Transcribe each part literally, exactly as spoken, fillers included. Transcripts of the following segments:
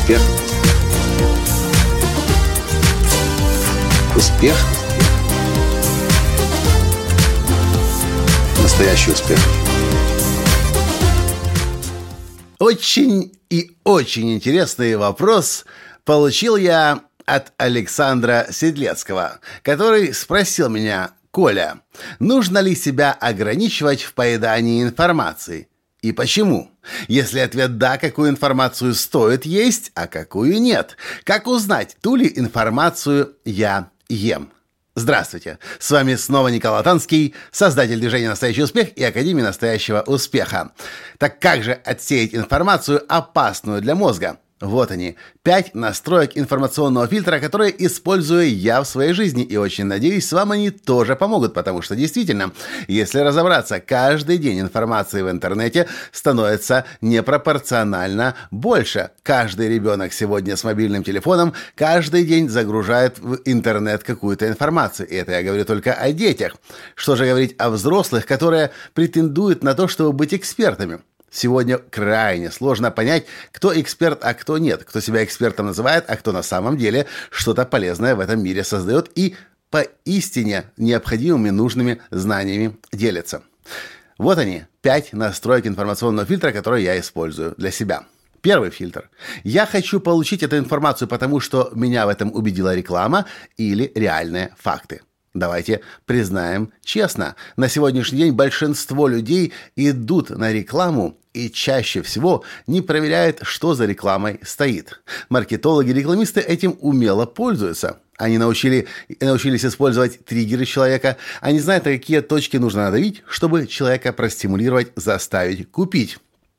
Успех. Успех. Настоящий успех. Очень и очень интересный вопрос получил я от Александра Седлецкого, который спросил меня: «Коля, нужно ли себя ограничивать в поедании информации? И почему? Если ответ «да», какую информацию стоит есть, а какую нет? Как узнать, ту ли информацию я ем?» Здравствуйте! С вами снова Николай Танский, создатель движения «Настоящий успех» и Академии настоящего успеха. Так как же отсеять информацию, опасную для мозга? Вот они, пять настроек информационного фильтра, которые использую я в своей жизни, и очень надеюсь, с вам они тоже помогут, потому что действительно, если разобраться, каждый день информации в интернете становится непропорционально больше. Каждый ребенок сегодня с мобильным телефоном каждый день загружает в интернет какую-то информацию, и это я говорю только о детях. Что же говорить о взрослых, которые претендуют на то, чтобы быть экспертами? Сегодня крайне сложно понять, кто эксперт, а кто нет, кто себя экспертом называет, а кто на самом деле что-то полезное в этом мире создает и поистине необходимыми нужными знаниями делится. Вот они, пять настроек информационного фильтра, которые я использую для себя. Первый фильтр. Я хочу получить эту информацию, потому что меня в этом убедила реклама или реальные факты. Давайте признаем честно, на сегодняшний день большинство людей идут на рекламу и чаще всего не проверяют, что за рекламой стоит. Маркетологи-рекламисты этим умело пользуются. Они научили, научились использовать триггеры человека. Они знают, на какие точки нужно надавить, чтобы человека простимулировать, заставить купить.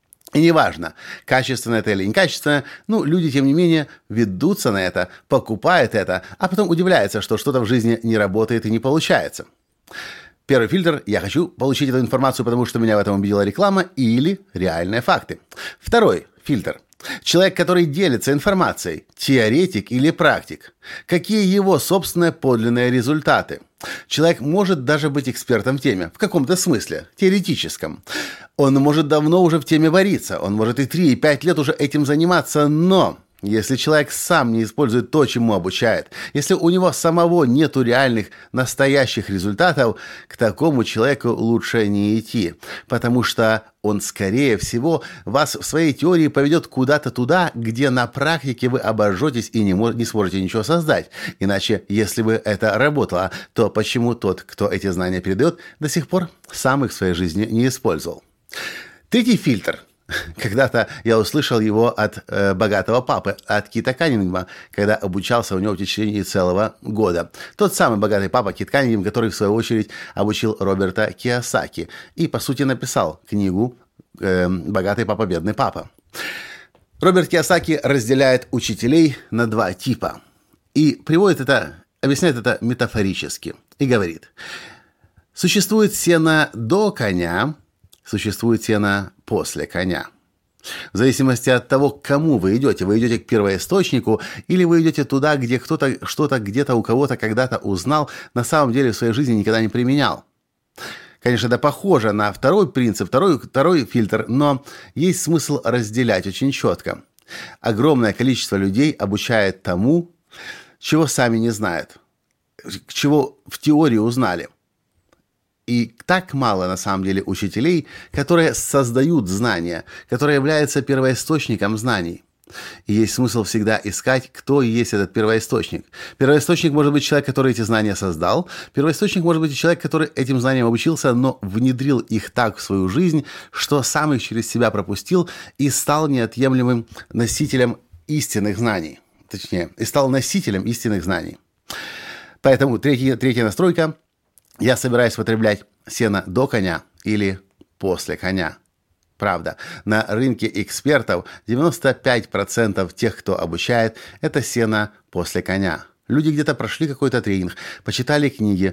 И неважно, качественно это или некачественно, ну, люди, тем не менее, ведутся на это, покупают это, а потом удивляются, что что-то в жизни не работает и не получается. Первый фильтр – я хочу получить эту информацию, потому что меня в этом убедила реклама или реальные факты. Второй фильтр. Человек, который делится информацией, теоретик или практик. Какие его собственные подлинные результаты? Человек может даже быть экспертом в теме, в каком-то смысле, теоретическом. Он может давно уже в теме вариться, он может и три, и пять лет уже этим заниматься, но если человек сам не использует то, чему обучает, если у него самого нету реальных, настоящих результатов, к такому человеку лучше не идти, потому что он, скорее всего, вас в своей теории поведет куда-то туда, где на практике вы обожжетесь и не, мо- не сможете ничего создать. Иначе, если бы это работало, то почему тот, кто эти знания передает, до сих пор сам их в своей жизни не использовал? Третий фильтр. Когда-то я услышал его от э, богатого папы, от Кита Каннингема, когда обучался у него в течение целого года. Тот самый богатый папа Кит Каннингем, который в свою очередь обучил Роберта Кийосаки и, по сути, написал книгу э, «Богатый папа, бедный папа». Роберт Кийосаки разделяет учителей на два типа и приводит это, объясняет это метафорически и говорит: существует сено до коня, существует сено после коня. В зависимости от того, к кому вы идете, вы идете к первоисточнику или вы идете туда, где кто-то что-то где-то у кого-то когда-то узнал, на самом деле в своей жизни никогда не применял. Конечно, это похоже на второй принцип, второй, второй фильтр, но есть смысл разделять очень четко. Огромное количество людей обучает тому, чего сами не знают, чего в теории узнали. И так мало, на самом деле, учителей, которые создают знания, которые являются первоисточником знаний. И есть смысл всегда искать, кто есть этот первоисточник. Первоисточник может быть человек, который эти знания создал. Первоисточник может быть и человек, который этим знаниям обучился, но внедрил их так в свою жизнь, что сам их через себя пропустил и стал неотъемлемым носителем истинных знаний. Точнее, и стал носителем истинных знаний. Поэтому третья, третья настройка. Я собираюсь потреблять сено до коня или после коня. Правда, на рынке экспертов девяносто пять процентов тех, кто обучает, это сено после коня. Люди где-то прошли какой-то тренинг, почитали книги,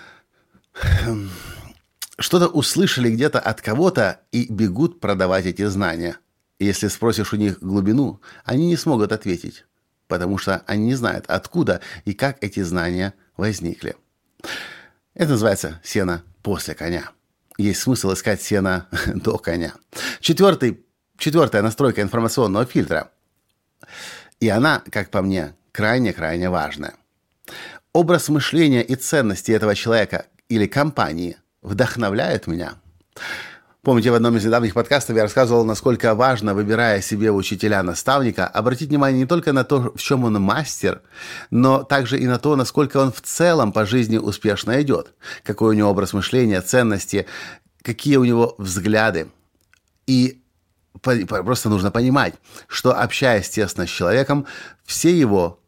что-то услышали где-то от кого-то и бегут продавать эти знания. И если спросишь у них глубину, они не смогут ответить, потому что они не знают, откуда и как эти знания возникли. Это называется сено после коня. Есть смысл искать сено до коня. Четвертый, четвертая настройка информационного фильтра. И она, как по мне, крайне-крайне важная. Образ мышления и ценности этого человека или компании вдохновляют меня. Помните, в одном из недавних подкастов я рассказывал, насколько важно, выбирая себе учителя-наставника, обратить внимание не только на то, в чем он мастер, но также и на то, насколько он в целом по жизни успешно идет, какой у него образ мышления, ценности, какие у него взгляды. И просто нужно понимать, что, общаясь тесно с человеком, все его,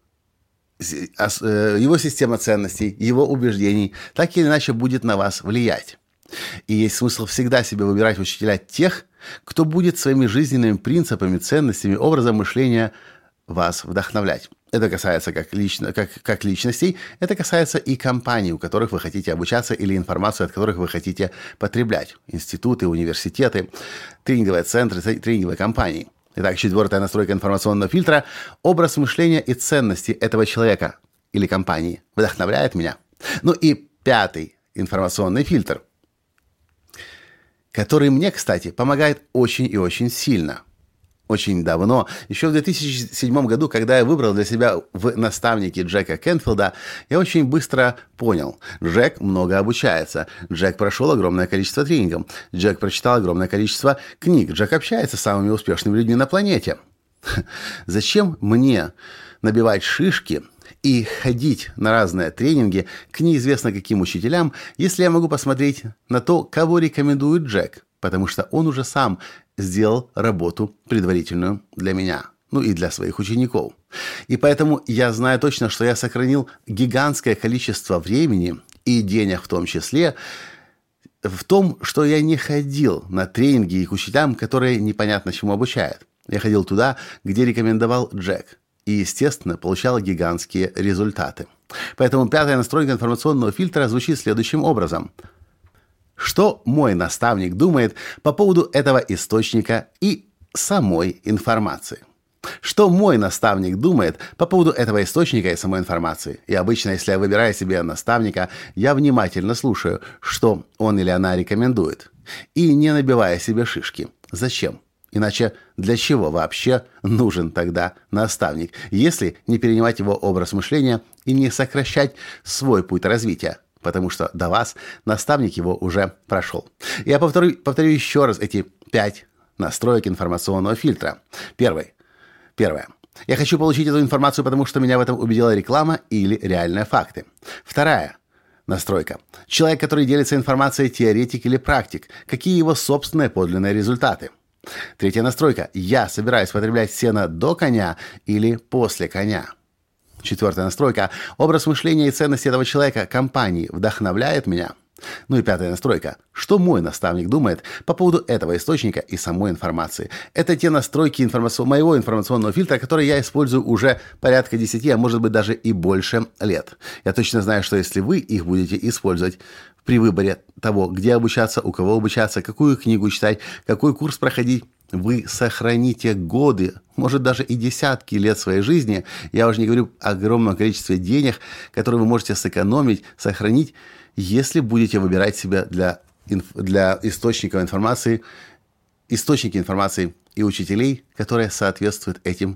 его система ценностей, его убеждений так или иначе будет на вас влиять. И есть смысл всегда себе выбирать учителя тех, кто будет своими жизненными принципами, ценностями, образом мышления вас вдохновлять. Это касается как, лично, как, как личностей, это касается и компаний, у которых вы хотите обучаться, или информацию, от которых вы хотите потреблять. Институты, университеты, тренинговые центры, тренинговые компании. Итак, четвертая настройка информационного фильтра. Образ мышления и ценности этого человека или компании вдохновляет меня. Ну и пятый информационный фильтр, который мне, кстати, помогает очень и очень сильно. Очень давно, еще в две тысячи седьмом году, когда я выбрал для себя в наставники Джека Кенфилда, я очень быстро понял, Джек много обучается, Джек прошел огромное количество тренингов, Джек прочитал огромное количество книг, Джек общается с самыми успешными людьми на планете. Зачем мне набивать шишки и ходить на разные тренинги к неизвестно каким учителям, если я могу посмотреть на то, кого рекомендует Джек, потому что он уже сам сделал работу предварительную для меня, ну и для своих учеников. И поэтому я знаю точно, что я сохранил гигантское количество времени и денег в том числе в том, что я не ходил на тренинги и к учителям, которые непонятно чему обучают. Я ходил туда, где рекомендовал Джек. И, естественно, получал гигантские результаты. Поэтому пятая настройка информационного фильтра звучит следующим образом. Что мой наставник думает по поводу этого источника и самой информации? Что мой наставник думает по поводу этого источника и самой информации? И обычно, если я выбираю себе наставника, я внимательно слушаю, что он или она рекомендует. И не набивая себе шишки. Зачем? Иначе для чего вообще нужен тогда наставник, если не перенимать его образ мышления и не сокращать свой путь развития? Потому что до вас наставник его уже прошел. Я повторю, повторю еще раз эти пять настроек информационного фильтра. Первый. Первое. Я хочу получить эту информацию, потому что меня в этом убедила реклама или реальные факты. Вторая настройка. Человек, который делится информацией, теоретик или практик. Какие его собственные подлинные результаты? Третья настройка. Я собираюсь потреблять сено до коня или после коня. Четвертая настройка. Образ мышления и ценности этого человека, компании, вдохновляет меня. Ну и пятая настройка. Что мой наставник думает по поводу этого источника и самой информации? Это те настройки информацион... моего информационного фильтра, которые я использую уже порядка десяти, а может быть даже и больше лет. Я точно знаю, что если вы их будете использовать при выборе того, где обучаться, у кого обучаться, какую книгу читать, какой курс проходить, вы сохраните годы, может даже и десятки лет своей жизни. Я уже не говорю о огромном количестве денег, которые вы можете сэкономить, сохранить, если будете выбирать себе для, для источников информации, источники информации и учителей, которые соответствуют этим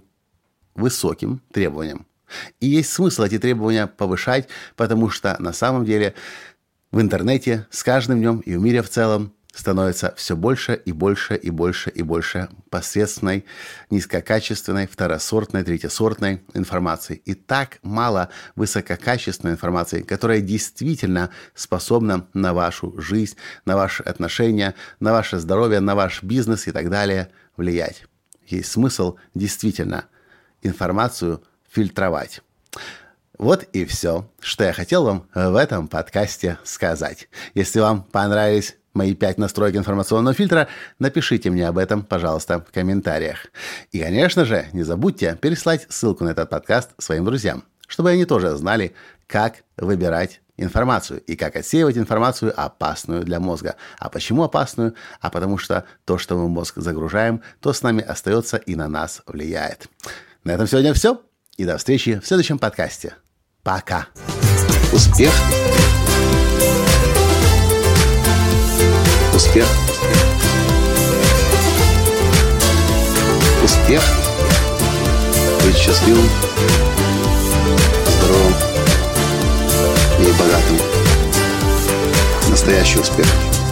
высоким требованиям. И есть смысл эти требования повышать, потому что на самом деле в интернете с каждым днем и в мире в целом становится все больше и больше и больше и больше посредственной, низкокачественной, второсортной, третьесортной информации. И так мало высококачественной информации, которая действительно способна на вашу жизнь, на ваши отношения, на ваше здоровье, на ваш бизнес и так далее влиять. Есть смысл действительно информацию фильтровать. Вот и все, что я хотел вам в этом подкасте сказать. Если вам понравились мои пять настроек информационного фильтра, напишите мне об этом, пожалуйста, в комментариях. И, конечно же, не забудьте переслать ссылку на этот подкаст своим друзьям, чтобы они тоже знали, как выбирать информацию и как отсеивать информацию, опасную для мозга. А почему опасную? А потому что то, что мы в мозг загружаем, то с нами остается и на нас влияет. На этом сегодня все. И до встречи в следующем подкасте. Пока. Успех. Успех. Успех. быть счастливым, здоровым и богатым. Настоящий успех.